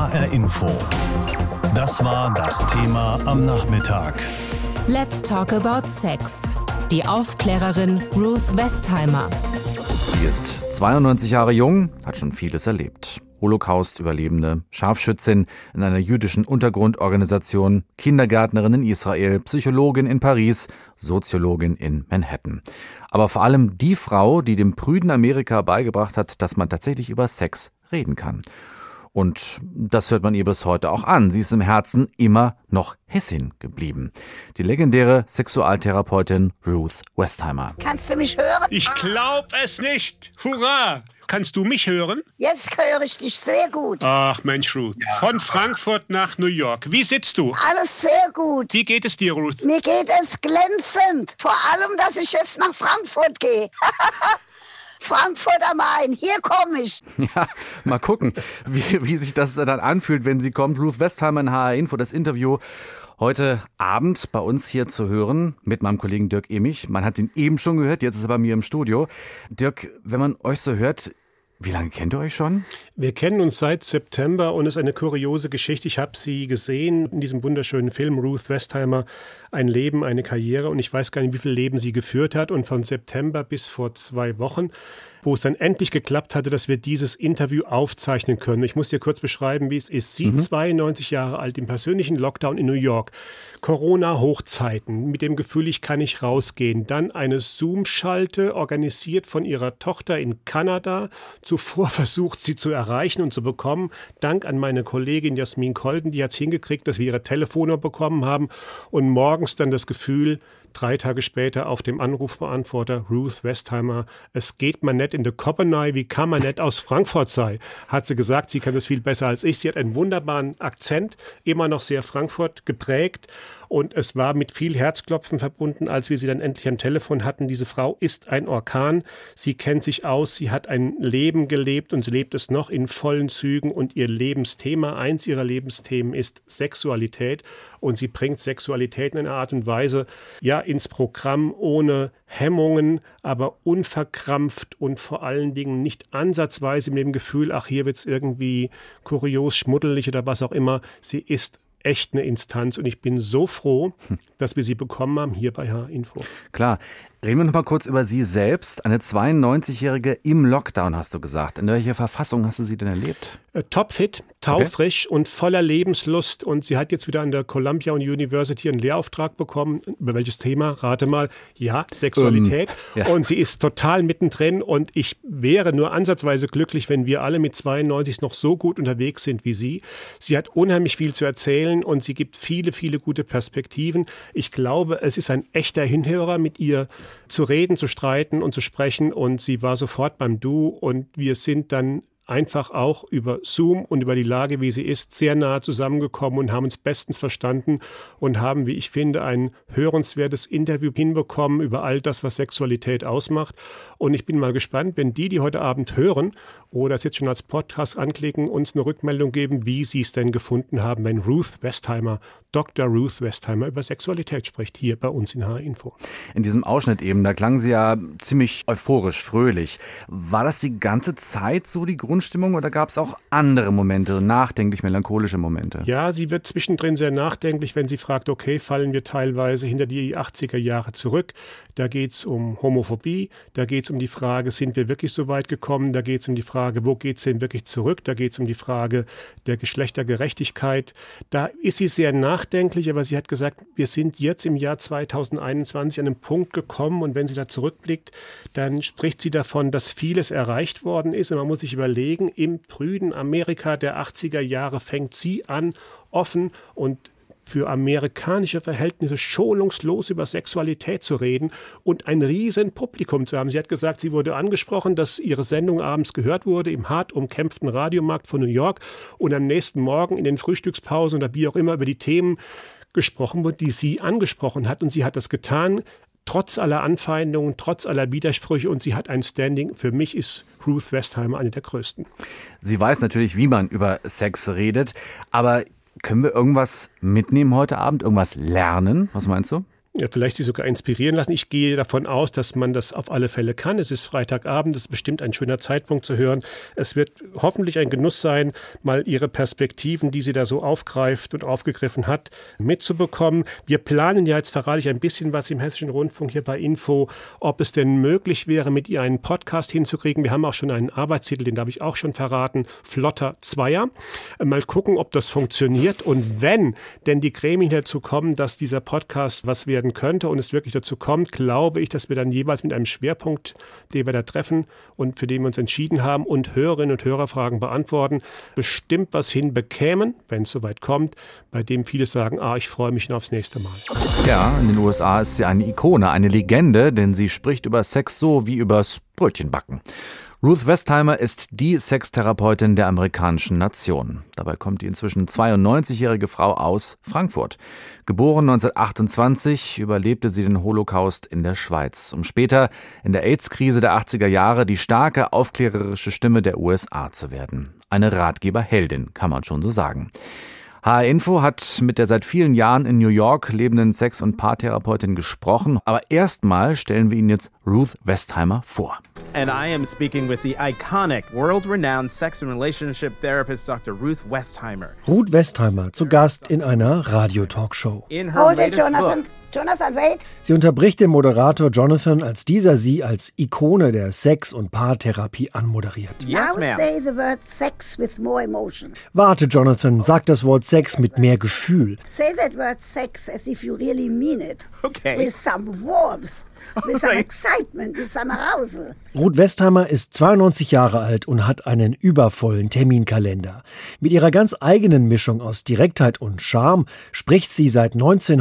HR Info. Das war das Thema am Nachmittag. Let's talk about sex. Die Aufklärerin Ruth Westheimer. Sie ist 92 Jahre jung, hat schon vieles erlebt. Holocaust-Überlebende, Scharfschützin in einer jüdischen Untergrundorganisation, Kindergärtnerin in Israel, Psychologin in Paris, Soziologin in Manhattan. Aber vor allem die Frau, die dem prüden Amerika beigebracht hat, dass man tatsächlich über Sex reden kann. Und das hört man ihr bis heute auch an. Sie ist im Herzen immer noch Hessin geblieben. Die legendäre Sexualtherapeutin Ruth Westheimer. Kannst du mich hören? Ich glaub es nicht. Hurra! Kannst du mich hören? Jetzt höre ich dich sehr gut. Ach Mensch, Ruth. Von Frankfurt nach New York. Wie sitzt du? Alles sehr gut. Wie geht es dir, Ruth? Mir geht es glänzend. Vor allem, dass ich jetzt nach Frankfurt gehe. Frankfurt am Main, hier komme ich. Ja, mal gucken, wie sich das dann anfühlt, wenn sie kommt. Ruth Westheimer in HR Info, das Interview heute Abend bei uns hier zu hören mit meinem Kollegen Dirk Emich. Man hat ihn eben schon gehört, jetzt ist er bei mir im Studio. Dirk, wenn man euch so hört, wie lange kennt ihr euch schon? Wir kennen uns seit September und es ist eine kuriose Geschichte. Ich habe sie gesehen in diesem wunderschönen Film Ruth Westheimer, ein Leben, eine Karriere, und ich weiß gar nicht, wie viel Leben sie geführt hat, und von September bis vor 2 Wochen, wo es dann endlich geklappt hatte, dass wir dieses Interview aufzeichnen können. Ich muss dir kurz beschreiben, wie es ist. Sie, 92 Jahre alt, im persönlichen Lockdown in New York, Corona-Hochzeiten, mit dem Gefühl, ich kann nicht rausgehen. Dann eine Zoom-Schalte, organisiert von ihrer Tochter in Kanada. Zuvor versucht, sie zu erreichen und zu bekommen. Dank an meine Kollegin Jasmin Kolden, die hat es hingekriegt, dass wir ihre Telefonnummer bekommen haben. Und morgens dann das Gefühl, 3 Tage später auf dem Anrufbeantworter, Ruth Westheimer, es geht man nicht in de Koppenei, wie kann man nicht aus Frankfurt sein, hat sie gesagt. Sie kann das viel besser als ich. Sie hat einen wunderbaren Akzent, immer noch sehr Frankfurt geprägt. Und es war mit viel Herzklopfen verbunden, als wir sie dann endlich am Telefon hatten. Diese Frau ist ein Orkan. Sie kennt sich aus. Sie hat ein Leben gelebt und sie lebt es noch in vollen Zügen. Und ihr Lebensthema, eins ihrer Lebensthemen ist Sexualität. Und sie bringt Sexualität in einer Art und Weise, ja, ins Programm ohne Hemmungen, aber unverkrampft und vor allen Dingen nicht ansatzweise mit dem Gefühl, ach, hier wird es irgendwie kurios, schmuddelig oder was auch immer. Sie ist echt eine Instanz und ich bin so froh, dass wir sie bekommen haben hier bei HR Info. Klar. Reden wir noch mal kurz über Sie selbst. Eine 92-Jährige im Lockdown, hast du gesagt. In welcher Verfassung hast du sie denn erlebt? Topfit, taufrisch und voller Lebenslust. Und sie hat jetzt wieder an der Columbia University einen Lehrauftrag bekommen. Über welches Thema? Rate mal. Ja, Sexualität. Ja. Und sie ist total mittendrin. Und ich wäre nur ansatzweise glücklich, wenn wir alle mit 92 noch so gut unterwegs sind wie sie. Sie hat unheimlich viel zu erzählen und sie gibt viele, viele gute Perspektiven. Ich glaube, es ist ein echter Hinhörer, mit ihr zu reden, zu streiten und zu sprechen, und sie war sofort beim Du und wir sind dann einfach auch über Zoom und über die Lage, wie sie ist, sehr nahe zusammengekommen und haben uns bestens verstanden und haben, wie ich finde, ein hörenswertes Interview hinbekommen über all das, was Sexualität ausmacht. Und ich bin mal gespannt, wenn die heute Abend hören oder es jetzt schon als Podcast anklicken, uns eine Rückmeldung geben, wie sie es denn gefunden haben, wenn Ruth Westheimer, Dr. Ruth Westheimer, über Sexualität spricht, hier bei uns in HR Info. In diesem Ausschnitt eben, da klang sie ja ziemlich euphorisch, fröhlich. War das die ganze Zeit so die Grundstimmung oder gab es auch andere Momente, nachdenklich, melancholische Momente? Ja, sie wird zwischendrin sehr nachdenklich, wenn sie fragt, okay, fallen wir teilweise hinter die 80er Jahre zurück? Da geht es um Homophobie, da geht es um die Frage, sind wir wirklich so weit gekommen? Da geht es um die Frage, wo geht es denn wirklich zurück? Da geht es um die Frage der Geschlechtergerechtigkeit. Da ist sie sehr nachdenklich, aber sie hat gesagt, wir sind jetzt im Jahr 2021 an einem Punkt gekommen, und wenn sie da zurückblickt, dann spricht sie davon, dass vieles erreicht worden ist, und man muss sich überlegen, im prüden Amerika der 80er Jahre fängt sie an, offen und für amerikanische Verhältnisse schonungslos über Sexualität zu reden und ein riesen Publikum zu haben. Sie hat gesagt, sie wurde angesprochen, dass ihre Sendung abends gehört wurde im hart umkämpften Radiomarkt von New York und am nächsten Morgen in den Frühstückspausen oder wie auch immer über die Themen gesprochen wurde, die sie angesprochen hat. Und sie hat das getan, trotz aller Anfeindungen, trotz aller Widersprüche, und sie hat ein Standing. Für mich ist Ruth Westheimer eine der größten. Sie weiß natürlich, wie man über Sex redet, aber können wir irgendwas mitnehmen heute Abend, irgendwas lernen? Was meinst du? vielleicht sich sogar inspirieren lassen. Ich gehe davon aus, dass man das auf alle Fälle kann. Es ist Freitagabend, es ist bestimmt ein schöner Zeitpunkt zu hören. Es wird hoffentlich ein Genuss sein, mal ihre Perspektiven, die sie da so aufgreift und aufgegriffen hat, mitzubekommen. Wir planen ja, jetzt verrate ich ein bisschen was im Hessischen Rundfunk hier bei Info, ob es denn möglich wäre, mit ihr einen Podcast hinzukriegen. Wir haben auch schon einen Arbeitstitel, den darf ich auch schon verraten, Flotter Zweier. Mal gucken, ob das funktioniert und wenn denn die Gremien dazu kommen, dass dieser Podcast was werden könnte und es wirklich dazu kommt, glaube ich, dass wir dann jeweils mit einem Schwerpunkt, den wir da treffen und für den wir uns entschieden haben und Hörerinnen und Hörerfragen beantworten, bestimmt was hinbekämen, wenn es soweit kommt, bei dem viele sagen, ich freue mich schon aufs nächste Mal. Ja, in den USA ist sie eine Ikone, eine Legende, denn sie spricht über Sex so wie übers Brötchenbacken. Ruth Westheimer ist die Sextherapeutin der amerikanischen Nation. Dabei kommt die inzwischen 92-jährige Frau aus Frankfurt. Geboren 1928, überlebte sie den Holocaust in der Schweiz, um später in der AIDS-Krise der 80er Jahre die starke, aufklärerische Stimme der USA zu werden. Eine Ratgeberheldin, kann man schon so sagen. HR Info hat mit der seit vielen Jahren in New York lebenden Sex- und Paartherapeutin gesprochen. Aber erstmal stellen wir Ihnen jetzt Ruth Westheimer vor. And I am speaking with the iconic, world-renowned sex and relationship therapist Dr. Ruth Westheimer. Ruth Westheimer zu Gast in einer Radio-Talkshow. Hold it, Jonathan. Jonathan, wait. Sie unterbricht den Moderator Jonathan, als dieser sie als Ikone der Sex- und Paartherapie anmoderiert. Yes, ma'am. Now say the word sex with more emotion. Warte, Jonathan, sag das Wort Sex mit mehr Gefühl. Say that word sex as if you really mean it. Okay. With some warmth. With some excitement, with some arousal. Ruth Westheimer ist 92 Jahre alt und hat einen übervollen Terminkalender. Mit ihrer ganz eigenen Mischung aus Direktheit und Charme spricht sie seit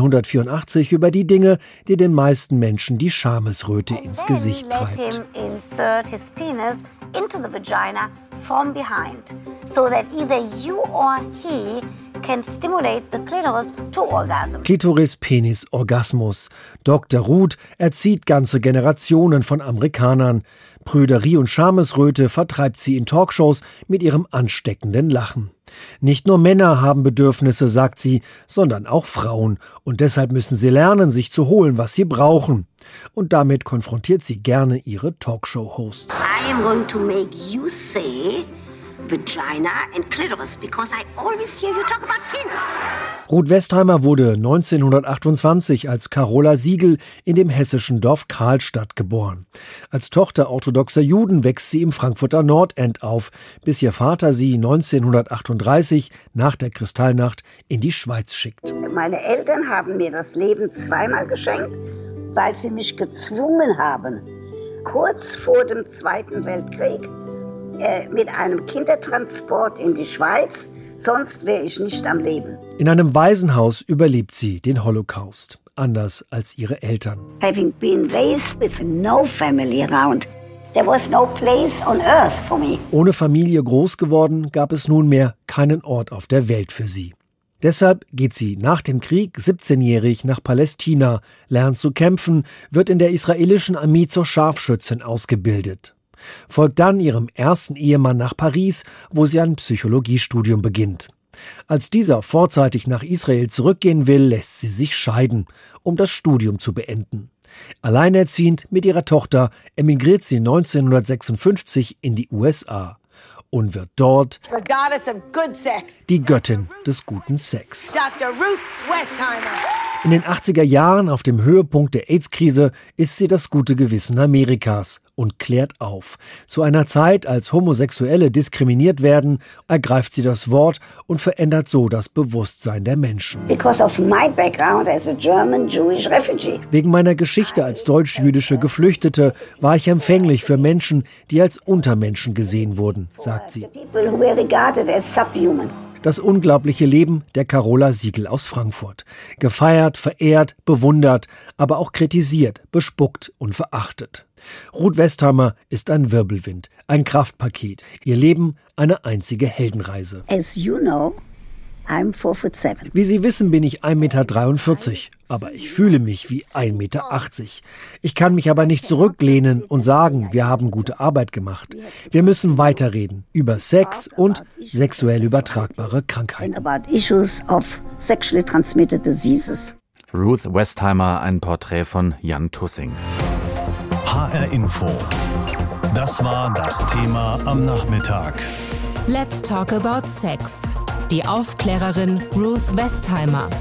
1984 über die Dinge, die den meisten Menschen die Schamesröte ins Gesicht treibt. Let him insert his penis into the vagina from behind, so that either you or he can stimulate the clitoris to orgasm. Klitoris, Penis, Orgasmus. Dr. Ruth erzieht ganze Generationen von Amerikanern. Prüderie und Schamesröte vertreibt sie in Talkshows mit ihrem ansteckenden Lachen. Nicht nur Männer haben Bedürfnisse, sagt sie, sondern auch Frauen. Und deshalb müssen sie lernen, sich zu holen, was sie brauchen. Und damit konfrontiert sie gerne ihre Talkshow-Hosts. I am going to make you say vagina and clitoris, because I always hear you talk about penis. Ruth Westheimer wurde 1928 als Carola Siegel in dem hessischen Dorf Karlstadt geboren. Als Tochter orthodoxer Juden wächst sie im Frankfurter Nordend auf, bis ihr Vater sie 1938 nach der Kristallnacht in die Schweiz schickt. Meine Eltern haben mir das Leben zweimal geschenkt, weil sie mich gezwungen haben, kurz vor dem Zweiten Weltkrieg mit einem Kindertransport in die Schweiz, sonst wäre ich nicht am Leben. In einem Waisenhaus überlebt sie den Holocaust, anders als ihre Eltern. Having been raised with no family around, there was no place on earth for me. Ohne Familie groß geworden, gab es nunmehr keinen Ort auf der Welt für sie. Deshalb geht sie nach dem Krieg 17-jährig nach Palästina, lernt zu kämpfen, wird in der israelischen Armee zur Scharfschützin ausgebildet. Folgt dann ihrem ersten Ehemann nach Paris, wo sie ein Psychologiestudium beginnt. Als dieser vorzeitig nach Israel zurückgehen will, lässt sie sich scheiden, um das Studium zu beenden. Alleinerziehend mit ihrer Tochter emigriert sie 1956 in die USA und wird dort die Göttin des guten Sex. Dr. Ruth Westheimer. In den 80er Jahren, auf dem Höhepunkt der AIDS-Krise, ist sie das gute Gewissen Amerikas und klärt auf. Zu einer Zeit, als Homosexuelle diskriminiert werden, ergreift sie das Wort und verändert so das Bewusstsein der Menschen. Because of my background as a German Jewish refugee. Wegen meiner Geschichte als deutsch-jüdische Geflüchtete war ich empfänglich für Menschen, die als Untermenschen gesehen wurden, sagt sie. People who were regarded as subhuman. Das unglaubliche Leben der Carola Siegel aus Frankfurt. Gefeiert, verehrt, bewundert, aber auch kritisiert, bespuckt und verachtet. Ruth Westheimer ist ein Wirbelwind, ein Kraftpaket. Ihr Leben eine einzige Heldenreise. As you know, I'm 4'7". Wie Sie wissen, bin ich 1,43 Meter, aber ich fühle mich wie 1,80 Meter. Ich kann mich aber nicht zurücklehnen und sagen, wir haben gute Arbeit gemacht. Wir müssen weiterreden über Sex und sexuell übertragbare Krankheiten. About issues of sexually transmitted diseases. Ruth Westheimer, ein Porträt von Jan Tussing. HR Info. Das war das Thema am Nachmittag. Let's talk about sex. Die Aufklärerin Ruth Westheimer.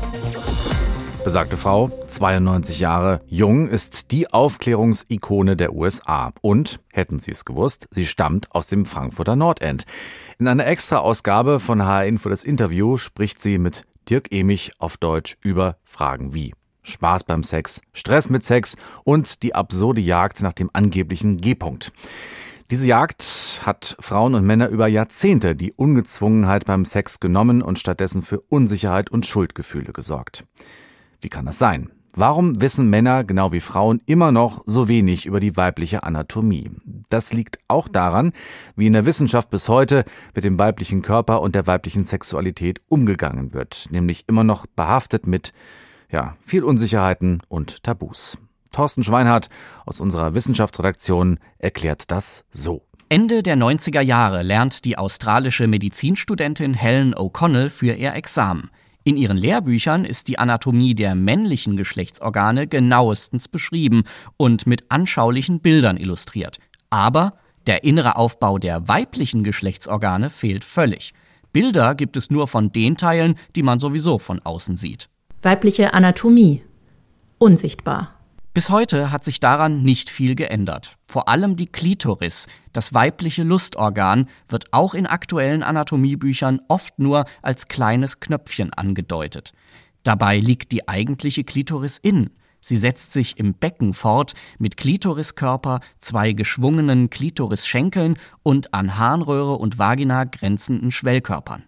Besagte Frau, 92 Jahre jung, ist die Aufklärungsikone der USA. Und, hätten Sie es gewusst, sie stammt aus dem Frankfurter Nordend. In einer Extra-Ausgabe von HR Info das Interview spricht sie mit Dirk Emich auf Deutsch über Fragen wie Spaß beim Sex, Stress mit Sex und die absurde Jagd nach dem angeblichen G-Punkt. Diese Jagd hat Frauen und Männer über Jahrzehnte die Ungezwungenheit beim Sex genommen und stattdessen für Unsicherheit und Schuldgefühle gesorgt. Wie kann das sein? Warum wissen Männer, genau wie Frauen, immer noch so wenig über die weibliche Anatomie? Das liegt auch daran, wie in der Wissenschaft bis heute mit dem weiblichen Körper und der weiblichen Sexualität umgegangen wird, nämlich immer noch behaftet mit viel Unsicherheiten und Tabus. Thorsten Schweinhardt aus unserer Wissenschaftsredaktion erklärt das so. Ende der 90er Jahre lernt die australische Medizinstudentin Helen O'Connell für ihr Examen. In ihren Lehrbüchern ist die Anatomie der männlichen Geschlechtsorgane genauestens beschrieben und mit anschaulichen Bildern illustriert. Aber der innere Aufbau der weiblichen Geschlechtsorgane fehlt völlig. Bilder gibt es nur von den Teilen, die man sowieso von außen sieht. Weibliche Anatomie. Unsichtbar. Bis heute hat sich daran nicht viel geändert. Vor allem die Klitoris, das weibliche Lustorgan, wird auch in aktuellen Anatomiebüchern oft nur als kleines Knöpfchen angedeutet. Dabei liegt die eigentliche Klitoris innen. Sie setzt sich im Becken fort mit Klitoriskörper, 2 geschwungenen Klitorisschenkeln und an Harnröhre und Vagina grenzenden Schwellkörpern.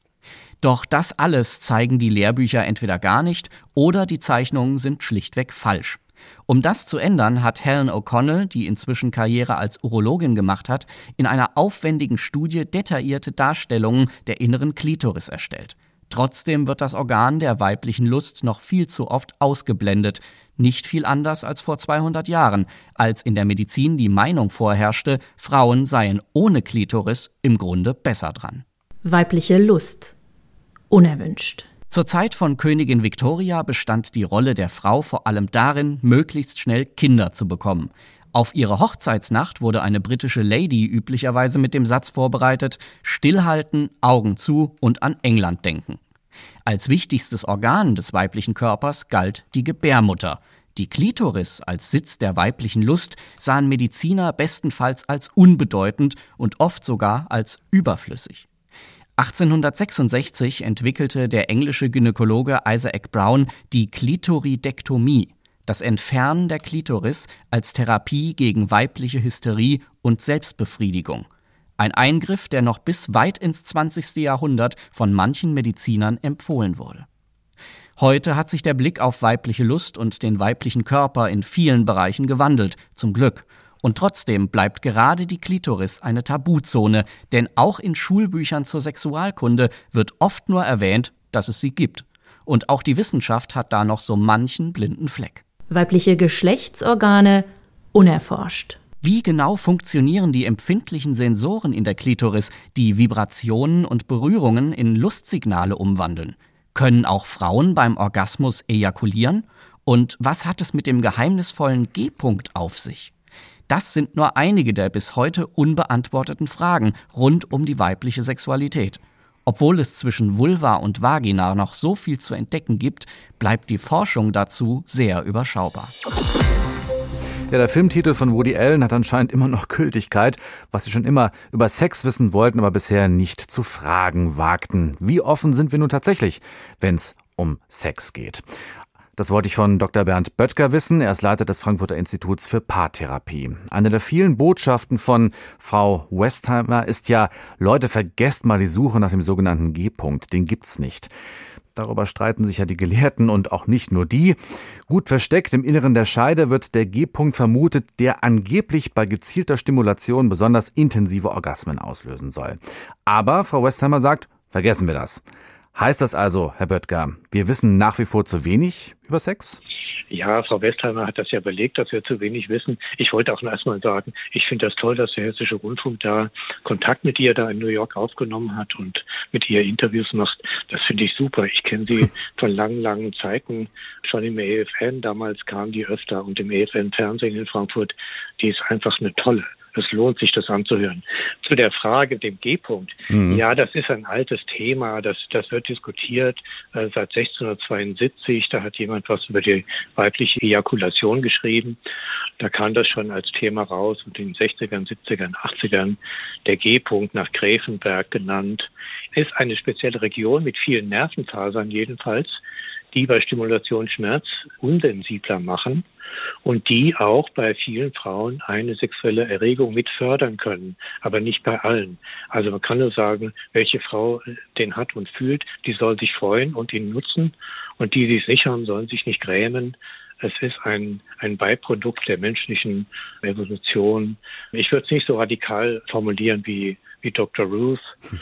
Doch das alles zeigen die Lehrbücher entweder gar nicht oder die Zeichnungen sind schlichtweg falsch. Um das zu ändern, hat Helen O'Connell, die inzwischen Karriere als Urologin gemacht hat, in einer aufwendigen Studie detaillierte Darstellungen der inneren Klitoris erstellt. Trotzdem wird das Organ der weiblichen Lust noch viel zu oft ausgeblendet. Nicht viel anders als vor 200 Jahren, als in der Medizin die Meinung vorherrschte, Frauen seien ohne Klitoris im Grunde besser dran. Weibliche Lust. Unerwünscht. Zur Zeit von Königin Victoria bestand die Rolle der Frau vor allem darin, möglichst schnell Kinder zu bekommen. Auf ihre Hochzeitsnacht wurde eine britische Lady üblicherweise mit dem Satz vorbereitet: Stillhalten, Augen zu und an England denken. Als wichtigstes Organ des weiblichen Körpers galt die Gebärmutter. Die Klitoris als Sitz der weiblichen Lust sahen Mediziner bestenfalls als unbedeutend und oft sogar als überflüssig. 1866 entwickelte der englische Gynäkologe Isaac Brown die Klitoridektomie, das Entfernen der Klitoris als Therapie gegen weibliche Hysterie und Selbstbefriedigung. Ein Eingriff, der noch bis weit ins 20. Jahrhundert von manchen Medizinern empfohlen wurde. Heute hat sich der Blick auf weibliche Lust und den weiblichen Körper in vielen Bereichen gewandelt, zum Glück. Und trotzdem bleibt gerade die Klitoris eine Tabuzone, denn auch in Schulbüchern zur Sexualkunde wird oft nur erwähnt, dass es sie gibt. Und auch die Wissenschaft hat da noch so manchen blinden Fleck. Weibliche Geschlechtsorgane unerforscht. Wie genau funktionieren die empfindlichen Sensoren in der Klitoris, die Vibrationen und Berührungen in Lustsignale umwandeln? Können auch Frauen beim Orgasmus ejakulieren? Und was hat es mit dem geheimnisvollen G-Punkt auf sich? Das sind nur einige der bis heute unbeantworteten Fragen rund um die weibliche Sexualität. Obwohl es zwischen Vulva und Vagina noch so viel zu entdecken gibt, bleibt die Forschung dazu sehr überschaubar. Ja, der Filmtitel von Woody Allen hat anscheinend immer noch Gültigkeit, was Sie schon immer über Sex wissen wollten, aber bisher nicht zu fragen wagten. Wie offen sind wir nun tatsächlich, wenn es um Sex geht? Das wollte ich von Dr. Bernd Böttger wissen. Er ist Leiter des Frankfurter Instituts für Paartherapie. Eine der vielen Botschaften von Frau Westheimer ist ja: Leute, vergesst mal die Suche nach dem sogenannten G-Punkt. Den gibt's nicht. Darüber streiten sich ja die Gelehrten und auch nicht nur die. Gut versteckt im Inneren der Scheide wird der G-Punkt vermutet, der angeblich bei gezielter Stimulation besonders intensive Orgasmen auslösen soll. Aber Frau Westheimer sagt, vergessen wir das. Heißt das also, Herr Böttger, wir wissen nach wie vor zu wenig über Sex? Ja, Frau Westheimer hat das ja belegt, dass wir zu wenig wissen. Ich wollte auch erst mal sagen, ich finde das toll, dass der Hessische Rundfunk da Kontakt mit ihr da in New York aufgenommen hat und mit ihr Interviews macht. Das finde ich super. Ich kenne sie von langen, langen Zeiten. Schon im EFN, damals kam die öfter, und im EFN-Fernsehen in Frankfurt. Die ist einfach eine tolle. Es lohnt sich, das anzuhören. Zu der Frage, dem G-Punkt. Ja, das ist ein altes Thema. Das wird diskutiert seit 1672. Da hat jemand was über die weibliche Ejakulation geschrieben. Da kam das schon als Thema raus. Und in den 60ern, 70ern, 80ern der G-Punkt nach Gräfenberg genannt. Ist eine spezielle Region mit vielen Nervenfasern jedenfalls, die bei Stimulation Schmerz unsensibler machen und die auch bei vielen Frauen eine sexuelle Erregung mit fördern können, aber nicht bei allen. Also man kann nur sagen, welche Frau den hat und fühlt, die soll sich freuen und ihn nutzen, und die es nicht haben, sollen sich nicht grämen. Es ist ein Beiprodukt der menschlichen Evolution. Ich würde es nicht so radikal formulieren wie Dr. Ruth,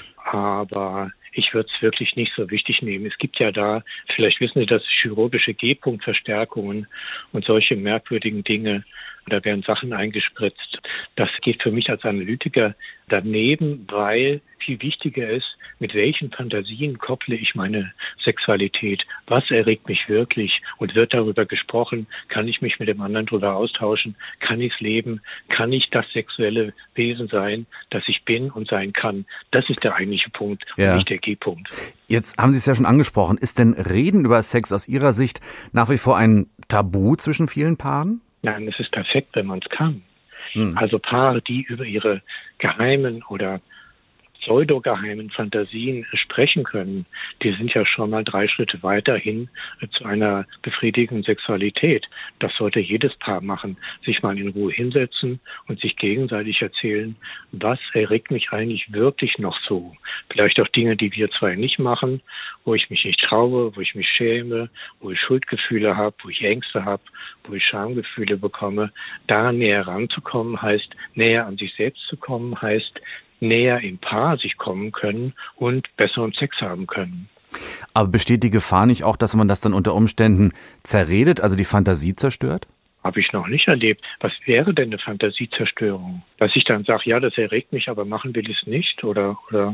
aber ich würde es wirklich nicht so wichtig nehmen. Es gibt ja da, vielleicht wissen Sie das, chirurgische G-Punkt-Verstärkungen und solche merkwürdigen Dinge. Da werden Sachen eingespritzt. Das geht für mich als Analytiker daneben, weil viel wichtiger ist, mit welchen Fantasien kopple ich meine Sexualität? Was erregt mich wirklich? Und wird darüber gesprochen? Kann ich mich mit dem anderen darüber austauschen? Kann ich es leben? Kann ich das sexuelle Wesen sein, das ich bin und sein kann? Das ist der eigentliche Punkt und nicht der G-Punkt. Jetzt haben Sie es ja schon angesprochen. Ist denn Reden über Sex aus Ihrer Sicht nach wie vor ein Tabu zwischen vielen Paaren? Nein, es ist perfekt, wenn man es kann. Also Paare, die über ihre geheimen oder pseudogeheimen Fantasien sprechen können, die sind ja schon mal 3 Schritte weiter hin zu einer befriedigenden Sexualität. Das sollte jedes Paar machen, sich mal in Ruhe hinsetzen und sich gegenseitig erzählen, was erregt mich eigentlich wirklich noch so. Vielleicht auch Dinge, die wir zwei nicht machen, wo ich mich nicht traue, wo ich mich schäme, wo ich Schuldgefühle habe, wo ich Ängste habe, wo ich Schamgefühle bekomme. Da näher ranzukommen heißt, näher an sich selbst zu kommen, heißt, näher im Paar sich kommen können und besseren Sex haben können. Aber besteht die Gefahr nicht auch, dass man das dann unter Umständen zerredet, also die Fantasie zerstört? Habe ich noch nicht erlebt. Was wäre denn eine Fantasiezerstörung? Dass ich dann sage, ja, das erregt mich, aber machen will ich es nicht? Oder?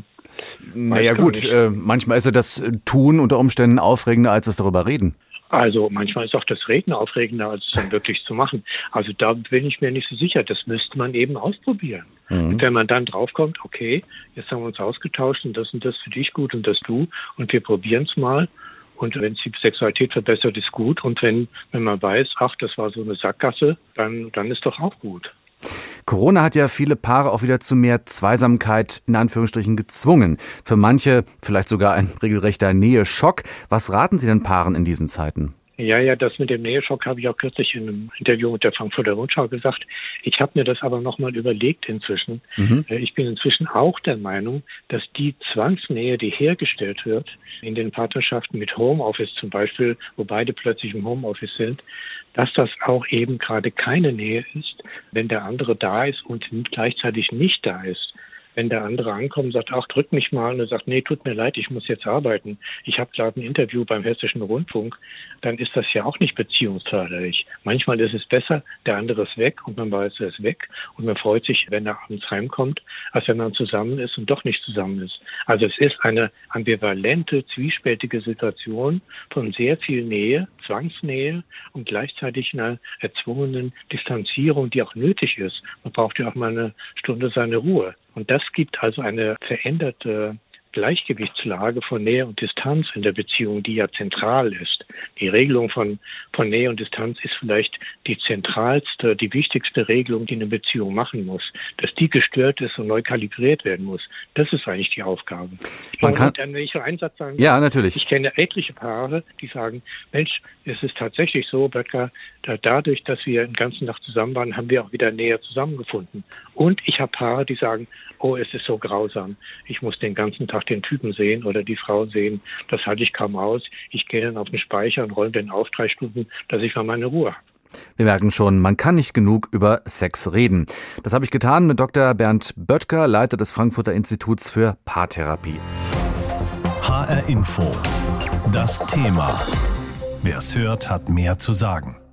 Naja gut, manchmal ist ja das Tun unter Umständen aufregender als das darüber reden. Also manchmal ist auch das Reden aufregender, als es dann wirklich zu machen. Also da bin ich mir nicht so sicher. Das müsste man eben ausprobieren. Und wenn man dann draufkommt, okay, jetzt haben wir uns ausgetauscht und das für dich gut und das du, und wir probieren es mal. Und wenn die Sexualität verbessert, ist gut. Und wenn man weiß, ach, das war so eine Sackgasse, dann ist doch auch gut. Corona hat ja viele Paare auch wieder zu mehr Zweisamkeit in Anführungsstrichen gezwungen. Für manche vielleicht sogar ein regelrechter Näheschock. Was raten Sie denn Paaren in diesen Zeiten? Ja, das mit dem Näheschock habe ich auch kürzlich in einem Interview mit der Frankfurter Rundschau gesagt. Ich habe mir das aber nochmal überlegt inzwischen. Ich bin inzwischen auch der Meinung, dass die Zwangsnähe, die hergestellt wird in den Partnerschaften mit Homeoffice zum Beispiel, wo beide plötzlich im Homeoffice sind, dass das auch eben gerade keine Nähe ist, wenn der andere da ist und gleichzeitig nicht da ist. Wenn der andere ankommt und sagt, ach, drück mich mal, und er sagt, nee, tut mir leid, ich muss jetzt arbeiten. Ich habe gerade ein Interview beim Hessischen Rundfunk, dann ist das ja auch nicht beziehungsförderlich. Manchmal ist es besser, der andere ist weg und man weiß, er ist weg und man freut sich, wenn er abends heimkommt, als wenn man zusammen ist und doch nicht zusammen ist. Also es ist eine ambivalente, zwiespältige Situation von sehr viel Nähe, Zwangsnähe und gleichzeitig einer erzwungenen Distanzierung, die auch nötig ist. Man braucht ja auch mal eine Stunde seine Ruhe. Und das gibt also eine veränderte Gleichgewichtslage von Nähe und Distanz in der Beziehung, die ja zentral ist. Die Regelung von Nähe und Distanz ist vielleicht die zentralste, die wichtigste Regelung, die eine Beziehung machen muss. Dass die gestört ist und neu kalibriert werden muss, das ist eigentlich die Aufgabe. Und dann, wenn ich so einen Satz sagen ja, natürlich. Ich kenne etliche Paare, die sagen, Mensch, es ist tatsächlich so, Böttger, dadurch, dass wir den ganzen Tag zusammen waren, haben wir auch wieder näher zusammengefunden. Und ich habe Paare, die sagen, oh, es ist so grausam. Ich muss den ganzen Tag den Typen sehen oder die Frau sehen. Das halte ich kaum aus. Ich gehe dann auf den Speicher und räume den auf 3 Stunden, dass ich mal meine Ruhe habe. Wir merken schon, man kann nicht genug über Sex reden. Das habe ich getan mit Dr. Bernd Böttger, Leiter des Frankfurter Instituts für Paartherapie. HR Info. Das Thema. Wer es hört, hat mehr zu sagen.